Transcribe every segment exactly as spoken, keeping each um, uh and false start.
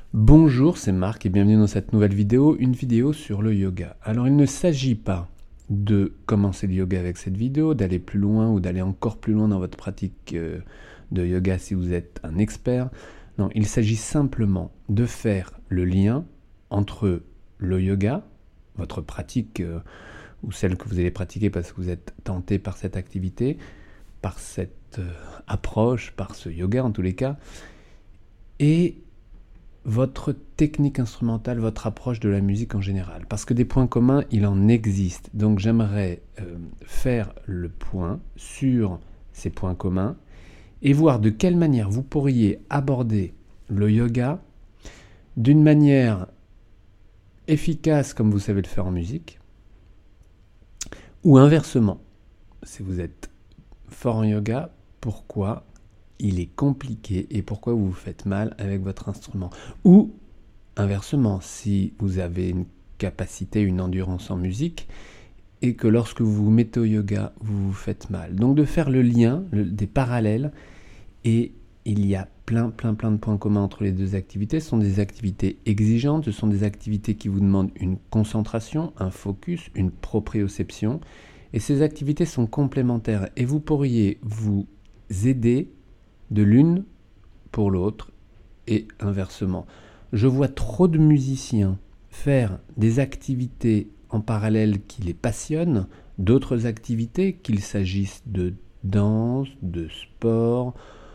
Bonjour, c'est Marc et bienvenue dans cette nouvelle vidéo, une vidéo sur le yoga. Alors il ne s'agit pas de commencer le yoga avec cette vidéo, d'aller plus loin ou d'aller encore plus loin dans votre pratique euh, de yoga si vous êtes un expert. Non, il s'agit simplement de faire le lien entre le yoga, votre pratique euh, ou celle que vous allez pratiquer parce que vous êtes tenté par cette activité, par cette euh, approche, par ce yoga en tous les cas, et votre technique instrumentale, votre approche de la musique en général. Parce que des points communs, il en existe. Donc j'aimerais euh, faire le point sur ces points communs et voir de quelle manière vous pourriez aborder le yoga d'une manière efficace comme vous savez le faire en musique, ou inversement, si vous êtes fort en yoga, pourquoi il est compliqué et pourquoi vous vous faites mal avec votre instrument. Ou, inversement, si vous avez une capacité, une endurance en musique, et que lorsque vous vous mettez au yoga, vous vous faites mal. Donc de faire le lien, le, des parallèles, et il y a plein, plein, plein de points communs entre les deux activités. Ce sont des activités exigeantes, ce sont des activités qui vous demandent une concentration, un focus, une proprioception, et ces activités sont complémentaires, et vous pourriez vous aider de l'une pour l'autre et inversement. Je vois trop de musiciens faire des activités en parallèle qui les passionnent, d'autres activités, qu'il s'agisse de danse, de sport,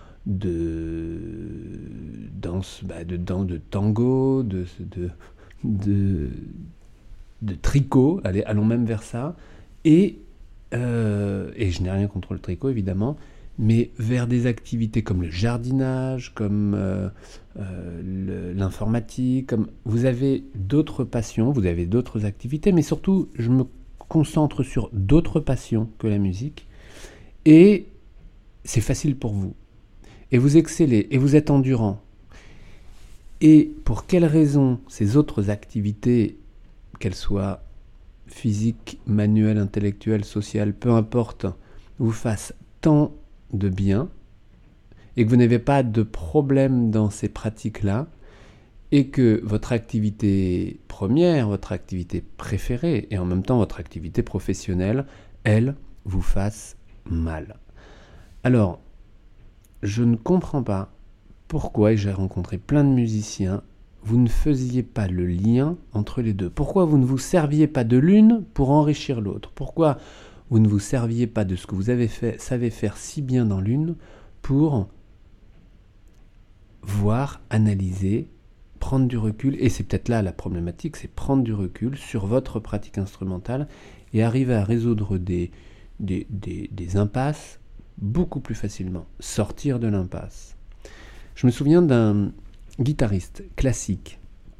de danse, bah de, danse de tango, de, de, de, de tricot, allez, allons même vers ça, et, euh, et je n'ai rien contre le tricot évidemment, mais vers des activités comme le jardinage, comme euh, euh, le, l'informatique, comme vous avez d'autres passions, vous avez d'autres activités, mais surtout je me concentre sur d'autres passions que la musique, et c'est facile pour vous, et vous excellez, et vous êtes endurant. Et pour quelles raisons ces autres activités, qu'elles soient physiques, manuelles, intellectuelles, sociales, peu importe, vous fassent tant de bien, et que vous n'avez pas de problème dans ces pratiques-là, et que votre activité première, votre activité préférée, et en même temps votre activité professionnelle, elle, vous fasse mal. Alors, je ne comprends pas pourquoi, et j'ai rencontré plein de musiciens, vous ne faisiez pas le lien entre les deux. Pourquoi vous ne vous serviez pas de l'une pour enrichir l'autre? Pourquoi vous ne vous serviez pas de ce que vous avez fait, savez faire si bien dans l'une pour voir, analyser, prendre du recul, et c'est peut-être là la problématique, c'est prendre du recul sur votre pratique instrumentale et arriver à résoudre des, des, des, des impasses beaucoup plus facilement, sortir de l'impasse. Je me souviens d'un guitariste classique,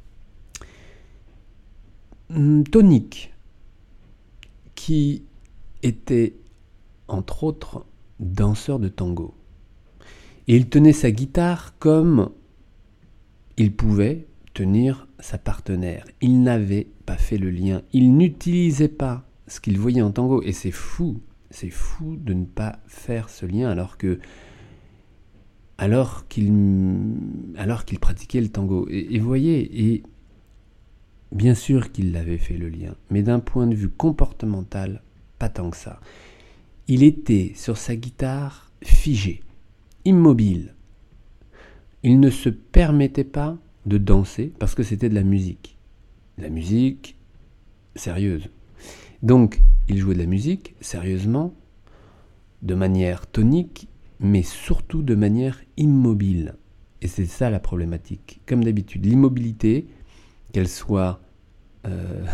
tonique, qui était, entre autres, danseur de tango. Et il tenait sa guitare comme il pouvait tenir sa partenaire. Il n'avait pas fait le lien. Il n'utilisait pas ce qu'il voyait en tango. Et c'est fou, c'est fou de ne pas faire ce lien alors que alors qu'il, alors qu'il pratiquait le tango. Et, et vous voyez, et bien sûr qu'il avait fait le lien, mais d'un point de vue comportemental, pas tant que ça. Il était sur sa guitare figé, immobile. Il ne se permettait pas de danser parce que c'était de la musique. De la musique sérieuse. Donc, il jouait de la musique sérieusement, de manière tonique, mais surtout de manière immobile. Et c'est ça la problématique. Comme d'habitude, l'immobilité, qu'elle soit euh,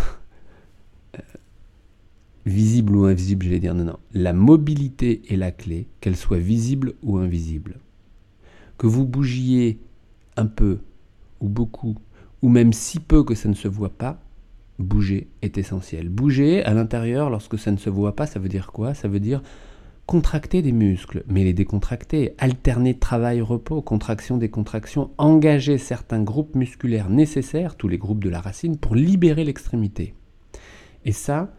visible ou invisible, j'allais dire, non, non. La mobilité est la clé, qu'elle soit visible ou invisible. Que vous bougiez un peu, ou beaucoup, ou même si peu que ça ne se voit pas, bouger est essentiel. Bouger à l'intérieur, lorsque ça ne se voit pas, ça veut dire quoi? Ça veut dire contracter des muscles, mais les décontracter, alterner travail-repos, contraction-décontraction, engager certains groupes musculaires nécessaires, tous les groupes de la racine, pour libérer l'extrémité. Et ça,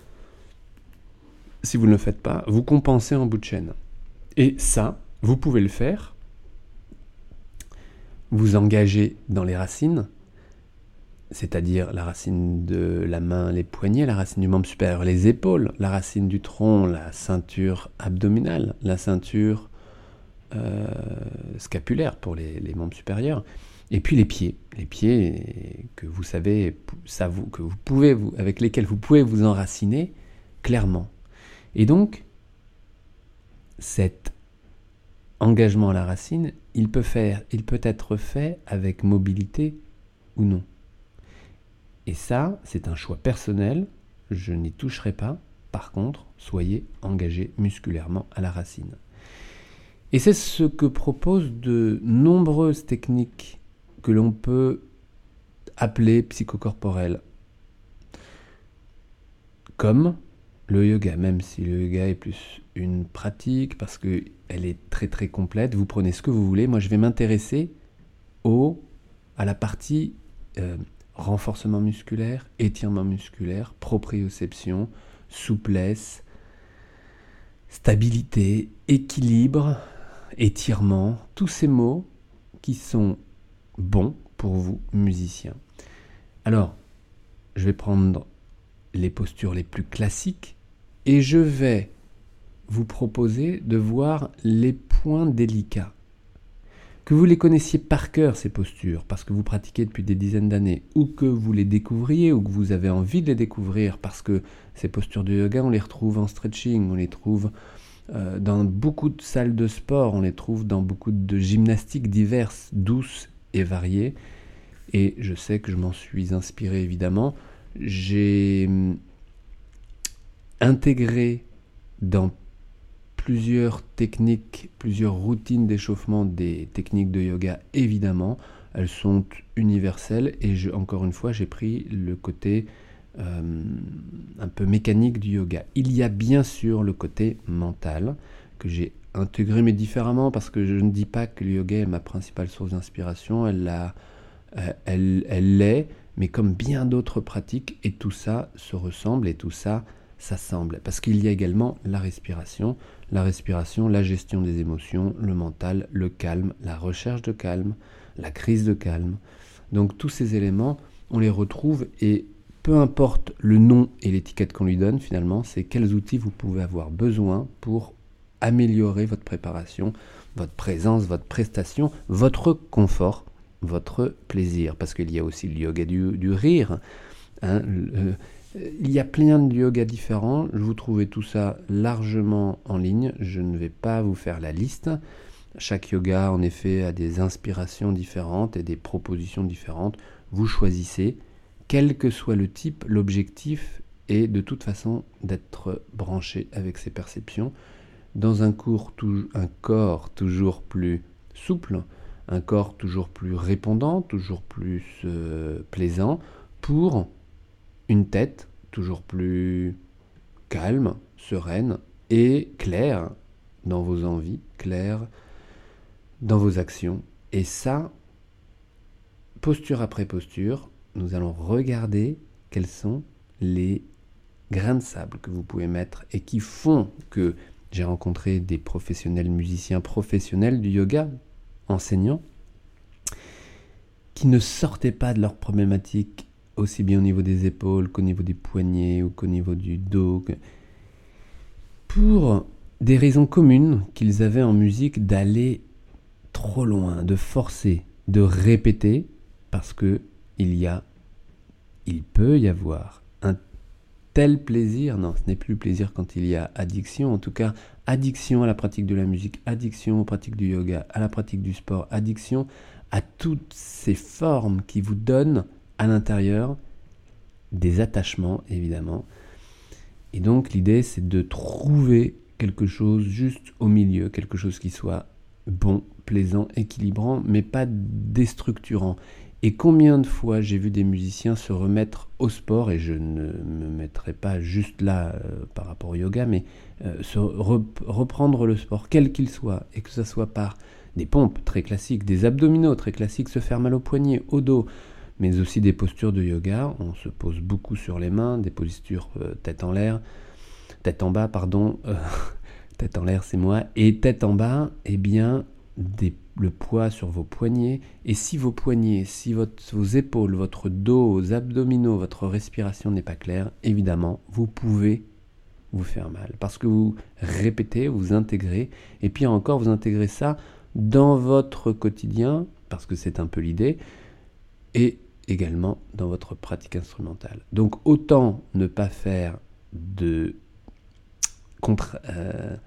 si vous ne le faites pas, vous compensez en bout de chaîne. Et ça, vous pouvez le faire vous engagez dans les racines, c'est-à-dire la racine de la main, les poignets, la racine du membre supérieur, les épaules, la racine du tronc, la ceinture abdominale, la ceinture euh, scapulaire pour les, les membres supérieurs, et puis les pieds, les pieds que vous savez, ça vous, que vous pouvez, vous, avec lesquels vous pouvez vous enraciner clairement. Et donc, cet engagement à la racine, il peut faire, il peut être fait avec mobilité ou non. Et ça, c'est un choix personnel, je n'y toucherai pas. Par contre, soyez engagé musculairement à la racine. Et c'est ce que proposent de nombreuses techniques que l'on peut appeler psychocorporelles, comme le yoga, même si le yoga est plus une pratique parce qu'elle est très très complète. Vous prenez ce que vous voulez. Moi, je vais m'intéresser au, à la partie euh, renforcement musculaire, étirement musculaire, proprioception, souplesse, stabilité, équilibre, étirement, tous ces mots qui sont bons pour vous, musiciens. Alors, je vais prendre les postures les plus classiques et je vais vous proposer de voir les points délicats. Que vous les connaissiez par cœur, ces postures, parce que vous pratiquez depuis des dizaines d'années, ou que vous les découvriez, ou que vous avez envie de les découvrir, parce que ces postures de yoga, on les retrouve en stretching, on les trouve euh, dans beaucoup de salles de sport, on les trouve dans beaucoup de gymnastiques diverses, douces et variées. Et je sais que je m'en suis inspiré, évidemment. J'ai intégré dans plusieurs techniques, plusieurs routines d'échauffement des techniques de yoga, évidemment. Elles sont universelles et je, encore une fois, j'ai pris le côté euh, un peu mécanique du yoga. Il y a bien sûr le côté mental que j'ai intégré mais différemment parce que je ne dis pas que le yoga est ma principale source d'inspiration. Elle l'a, elle, elle l'est, mais comme bien d'autres pratiques, et tout ça se ressemble et tout ça s'assemble. Parce qu'il y a également la respiration, la respiration, la gestion des émotions, le mental, le calme, la recherche de calme, la crise de calme. Donc tous ces éléments, on les retrouve et peu importe le nom et l'étiquette qu'on lui donne, finalement, c'est quels outils vous pouvez avoir besoin pour améliorer votre préparation, votre présence, votre prestation, votre confort, votre plaisir. Parce qu'il y a aussi le yoga du, du rire, hein, le, il y a plein de yogas différents, vous trouvez tout ça largement en ligne, je ne vais pas vous faire la liste. Chaque yoga, en effet, a des inspirations différentes et des propositions différentes. Vous choisissez, quel que soit le type, l'objectif est de toute façon d'être branché avec ses perceptions dans un, cours, un corps toujours plus souple, un corps toujours plus répondant, toujours plus euh, plaisant, pour une tête toujours plus calme, sereine et claire dans vos envies, claire dans vos actions. Et ça, posture après posture, nous allons regarder quels sont les grains de sable que vous pouvez mettre et qui font que j'ai rencontré des professionnels, musiciens professionnels du yoga, enseignants, qui ne sortaient pas de leurs problématiques aussi bien au niveau des épaules qu'au niveau des poignets ou qu'au niveau du dos, pour des raisons communes qu'ils avaient en musique d'aller trop loin, de forcer, de répéter, parce que il y a, il peut y avoir un tel plaisir, non, ce n'est plus plaisir quand il y a addiction, en tout cas addiction à la pratique de la musique, addiction aux pratiques du yoga, à la pratique du sport, addiction à toutes ces formes qui vous donnent à l'intérieur des attachements, évidemment. Et donc l'idée, c'est de trouver quelque chose juste au milieu, quelque chose qui soit bon, plaisant, équilibrant, mais pas déstructurant. Et combien de fois j'ai vu des musiciens se remettre au sport, et je ne me mettrai pas juste là euh, par rapport au yoga, mais euh, se rep- reprendre le sport, quel qu'il soit, et que ce soit par des pompes très classiques, des abdominaux très classiques, se faire mal au poignet, au dos, mais aussi des postures de yoga. On se pose beaucoup sur les mains, des postures euh, tête en l'air, tête en bas, pardon, euh, tête en l'air c'est moi, et tête en bas, eh bien, des, le poids sur vos poignets. Et si vos poignets, si votre, vos épaules, votre dos, vos abdominaux, votre respiration n'est pas claire, évidemment, vous pouvez vous faire mal. Parce que vous répétez, vous intégrez, et pire encore, vous intégrez ça dans votre quotidien, parce que c'est un peu l'idée, et également dans votre pratique instrumentale. Donc autant ne pas faire de contre euh,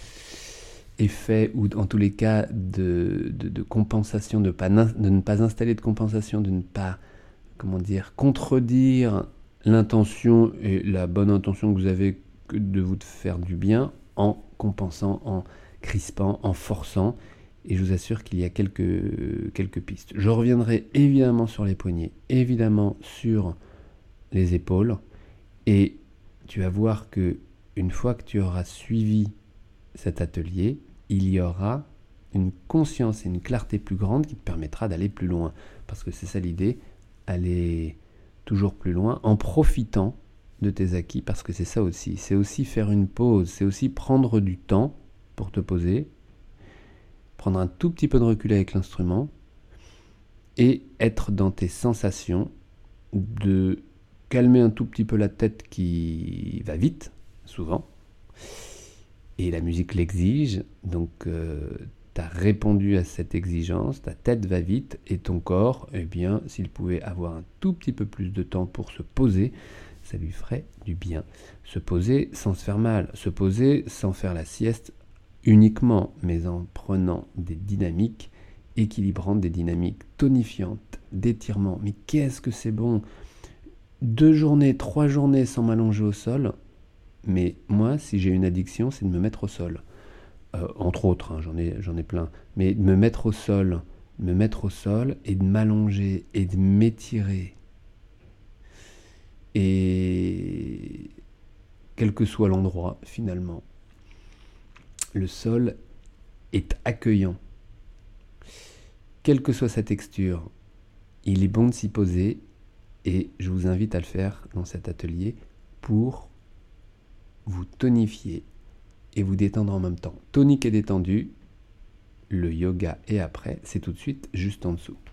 effet, ou en tous les cas de, de, de compensation, de, pas, de ne pas installer de compensation, de ne pas, comment dire, contredire l'intention et la bonne intention que vous avez de vous faire du bien en compensant, en crispant, en forçant. Et je vous assure qu'il y a quelques, quelques pistes. Je reviendrai évidemment sur les poignets, évidemment sur les épaules. Et tu vas voir que une fois que tu auras suivi cet atelier, il y aura une conscience et une clarté plus grande qui te permettra d'aller plus loin. Parce que c'est ça l'idée, aller toujours plus loin en profitant de tes acquis, parce que c'est ça aussi. C'est aussi faire une pause, c'est aussi prendre du temps pour te poser, prendre un tout petit peu de recul avec l'instrument et être dans tes sensations, de calmer un tout petit peu la tête qui va vite, souvent, et la musique l'exige, donc euh, tu as répondu à cette exigence, ta tête va vite, et ton corps, eh bien, s'il pouvait avoir un tout petit peu plus de temps pour se poser, ça lui ferait du bien. Se poser sans se faire mal, se poser sans faire la sieste uniquement, mais en prenant des dynamiques équilibrantes, des dynamiques tonifiantes, d'étirement. Mais qu'est-ce que c'est bon! Deux journées, trois journées sans m'allonger au sol. Mais moi, si j'ai une addiction, c'est de me mettre au sol. Euh, entre autres, hein, j'en ai, j'en ai plein. Mais de me mettre au sol, me mettre au sol et de m'allonger et de m'étirer. Et quel que soit l'endroit, finalement, le sol est accueillant. Quelle que soit sa texture, il est bon de s'y poser, et je vous invite à le faire dans cet atelier pour vous tonifier et vous détendre en même temps. Tonique et détendu, le yoga et après, c'est tout de suite juste en dessous.